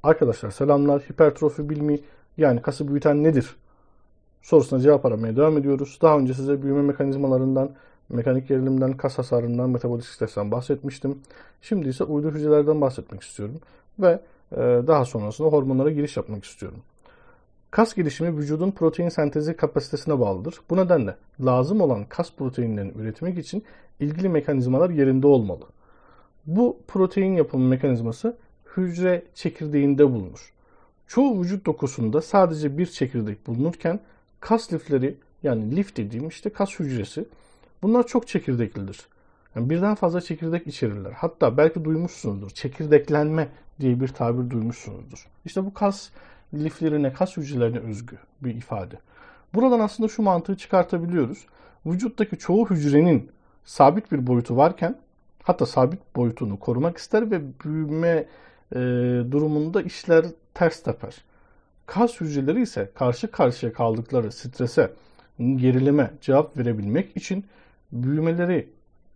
Arkadaşlar selamlar. Hipertrofi bilimi yani kası büyüten nedir sorusuna cevap aramaya devam ediyoruz. Daha önce size büyüme mekanizmalarından, mekanik gerilimden, kas hasarından, metabolik stresten bahsetmiştim. Şimdi ise uydu hücrelerden bahsetmek istiyorum ve daha sonrasında hormonlara giriş yapmak istiyorum. Kas gelişimi vücudun protein sentezi kapasitesine bağlıdır. Bu nedenle lazım olan kas proteinlerini üretmek için ilgili mekanizmalar yerinde olmalı. Bu protein yapımı mekanizması hücre çekirdeğinde bulunur. Çoğu vücut dokusunda sadece bir çekirdek bulunurken kas lifleri yani lif dediğim işte kas hücresi bunlar çok çekirdeklidir. Yani birden fazla çekirdek içerirler. Hatta belki duymuşsunuzdur. Çekirdeklenme diye bir tabir duymuşsunuzdur. İşte bu kas liflerine, kas hücrelerine özgü bir ifade. Buradan aslında şu mantığı çıkartabiliyoruz. Vücuttaki çoğu hücrenin sabit bir boyutu varken hatta sabit boyutunu korumak ister ve büyüme durumunda işler ters teper. Kas hücreleri ise karşı karşıya kaldıkları strese, gerilime cevap verebilmek için büyümeleri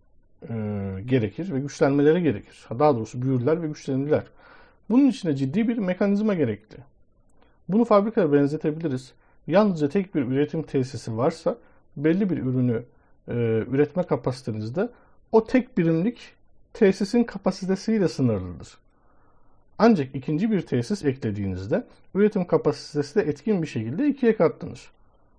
gerekir ve güçlenmeleri gerekir. Daha doğrusu büyürler ve güçlenirler. Bunun için de ciddi bir mekanizma gerekli. Bunu fabrikaya benzetebiliriz. Yalnızca tek bir üretim tesisi varsa belli bir ürünü üretme kapasitenizde o tek birimlik tesisin kapasitesiyle sınırlıdır. Ancak ikinci bir tesis eklediğinizde üretim kapasitesi de etkin bir şekilde ikiye katlanır.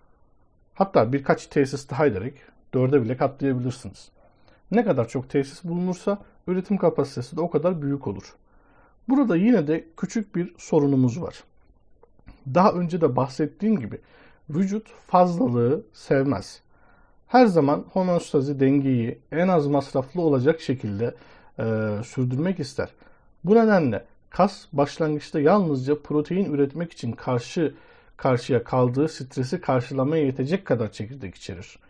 Hatta birkaç tesis daha ederek dörde bile katlayabilirsiniz. Ne kadar çok tesis bulunursa üretim kapasitesi de o kadar büyük olur. Burada yine de küçük bir sorunumuz var. Daha önce de bahsettiğim gibi vücut fazlalığı sevmez. Her zaman homeostazi dengeyi en az masraflı olacak şekilde sürdürmek ister. Bu nedenle kas başlangıçta yalnızca protein üretmek için karşı karşıya kaldığı stresi karşılamaya yetecek kadar çekirdek içerir.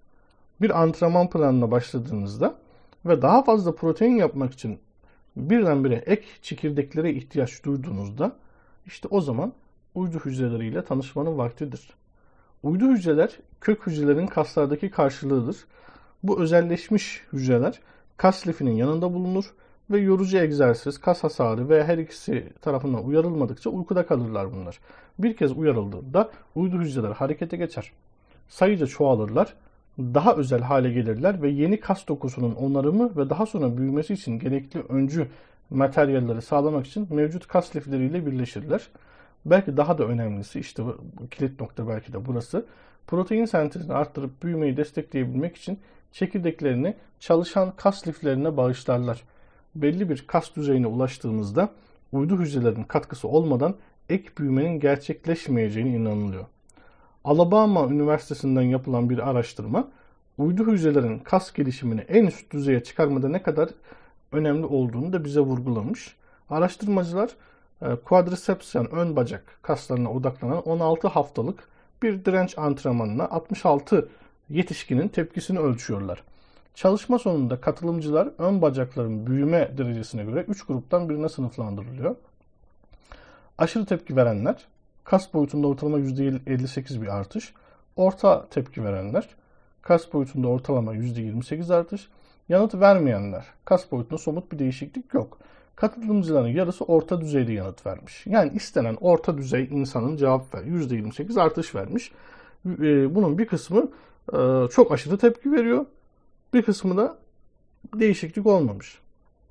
Bir antrenman planına başladığınızda ve daha fazla protein yapmak için birdenbire ek çekirdeklere ihtiyaç duyduğunuzda işte o zaman uydu hücreleriyle tanışmanın vaktidir. Uydu hücreler kök hücrelerin kaslardaki karşılığıdır. Bu özelleşmiş hücreler kas lifinin yanında bulunur ve yorucu egzersiz, kas hasarı ve her ikisi tarafından uyarılmadıkça uykuda kalırlar bunlar. Bir kez uyarıldığında uydu hücreler harekete geçer. Sayıca çoğalırlar, daha özel hale gelirler ve yeni kas dokusunun onarımı ve daha sonra büyümesi için gerekli öncü materyalleri sağlamak için mevcut kas lifleriyle birleşirler. Belki daha da önemlisi işte bu kilit nokta belki de burası. Protein sentezini arttırıp büyümeyi destekleyebilmek için çekirdeklerini çalışan kas liflerine bağışlarlar. Belli bir kas düzeyine ulaştığımızda uydu hücrelerinin katkısı olmadan ek büyümenin gerçekleşmeyeceğine inanılıyor. Alabama Üniversitesi'nden yapılan bir araştırma, uydu hücrelerin kas gelişimini en üst düzeye çıkarmada ne kadar önemli olduğunu da bize vurgulamış. Araştırmacılar quadriceps yani ön bacak kaslarına odaklanan 16 haftalık bir direnç antrenmanına 66 yetişkinin tepkisini ölçüyorlar. Çalışma sonunda katılımcılar ön bacakların büyüme derecesine göre 3 gruptan birine sınıflandırılıyor. Aşırı tepki verenler, kas boyutunda ortalama %58 bir artış, orta tepki verenler, kas boyutunda ortalama %28 artış, yanıt vermeyenler, kas boyutunda somut bir değişiklik yok. Katılımcıların yarısı orta düzeyde yanıt vermiş. Yani istenen orta düzey insanın cevap ver. %28 artış vermiş. Bunun bir kısmı çok aşırı tepki veriyor. Bir kısmı da değişiklik olmamış.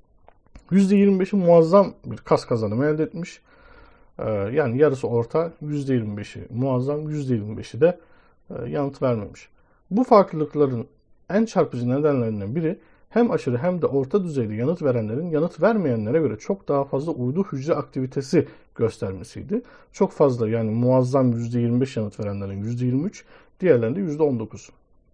%25'i muazzam bir kas kazanımı elde etmiş. Yani yarısı orta, %25'i muazzam, %25'i de yanıt vermemiş. Bu farklılıkların en çarpıcı nedenlerinden biri hem aşırı hem de orta düzeyde yanıt verenlerin yanıt vermeyenlere göre çok daha fazla uydu hücre aktivitesi göstermesiydi. Çok fazla yani muazzam %25 yanıt verenlerin %23, diğerlerinde %19.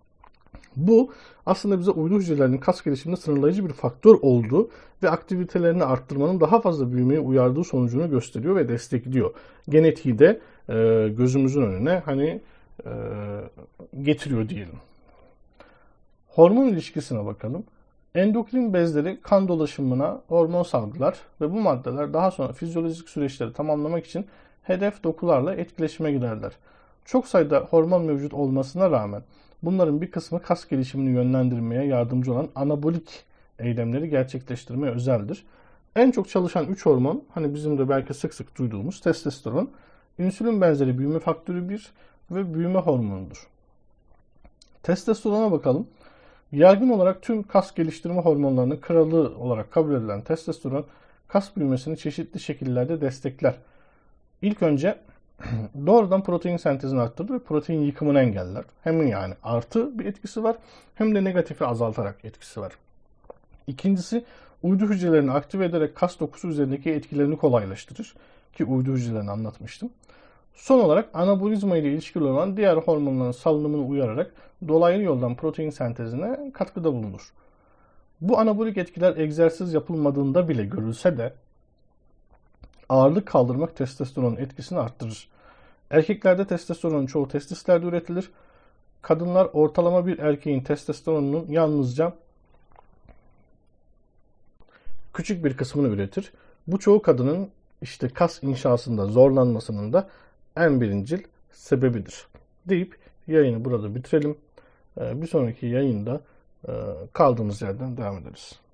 Bu aslında bize uydu hücrelerinin kas gelişiminde sınırlayıcı bir faktör olduğu ve aktivitelerini arttırmanın daha fazla büyümeye uyardığı sonucunu gösteriyor ve destekliyor. Genetiği de gözümüzün önüne e, getiriyor diyelim. Hormon ilişkisine bakalım. Endokrin bezleri kan dolaşımına hormon salgılar ve bu maddeler daha sonra fizyolojik süreçleri tamamlamak için hedef dokularla etkileşime girerler. Çok sayıda hormon mevcut olmasına rağmen bunların bir kısmı kas gelişimini yönlendirmeye yardımcı olan anabolik eylemleri gerçekleştirmeye özeldir. En çok çalışan 3 hormon, hani bizim de belki sık sık duyduğumuz testosteron, insülin benzeri büyüme faktörü 1 ve büyüme hormonudur. Testosterona bakalım. Yaygın olarak tüm kas geliştirme hormonlarının kralı olarak kabul edilen testosteron, kas büyümesini çeşitli şekillerde destekler. İlk önce doğrudan protein sentezini arttırır ve protein yıkımını engeller. Hem yani artı bir etkisi var, hem de negatifi azaltarak etkisi var. İkincisi, uydu hücrelerini aktive ederek kas dokusu üzerindeki etkilerini kolaylaştırır. Ki uydu hücrelerini anlatmıştım. Son olarak anabolizma ile ilişkili olan diğer hormonların salınımını uyararak dolaylı yoldan protein sentezine katkıda bulunur. Bu anabolik etkiler egzersiz yapılmadığında bile görülse de ağırlık kaldırmak testosteronun etkisini arttırır. Erkeklerde testosteronun çoğu testislerde üretilir. Kadınlar ortalama bir erkeğin testosteronunun yalnızca küçük bir kısmını üretir. Bu çoğu kadının işte kas inşasında zorlanmasının da en birincil sebebidir. Deyip yayını burada bitirelim. Bir sonraki yayında kaldığımız yerden devam ederiz.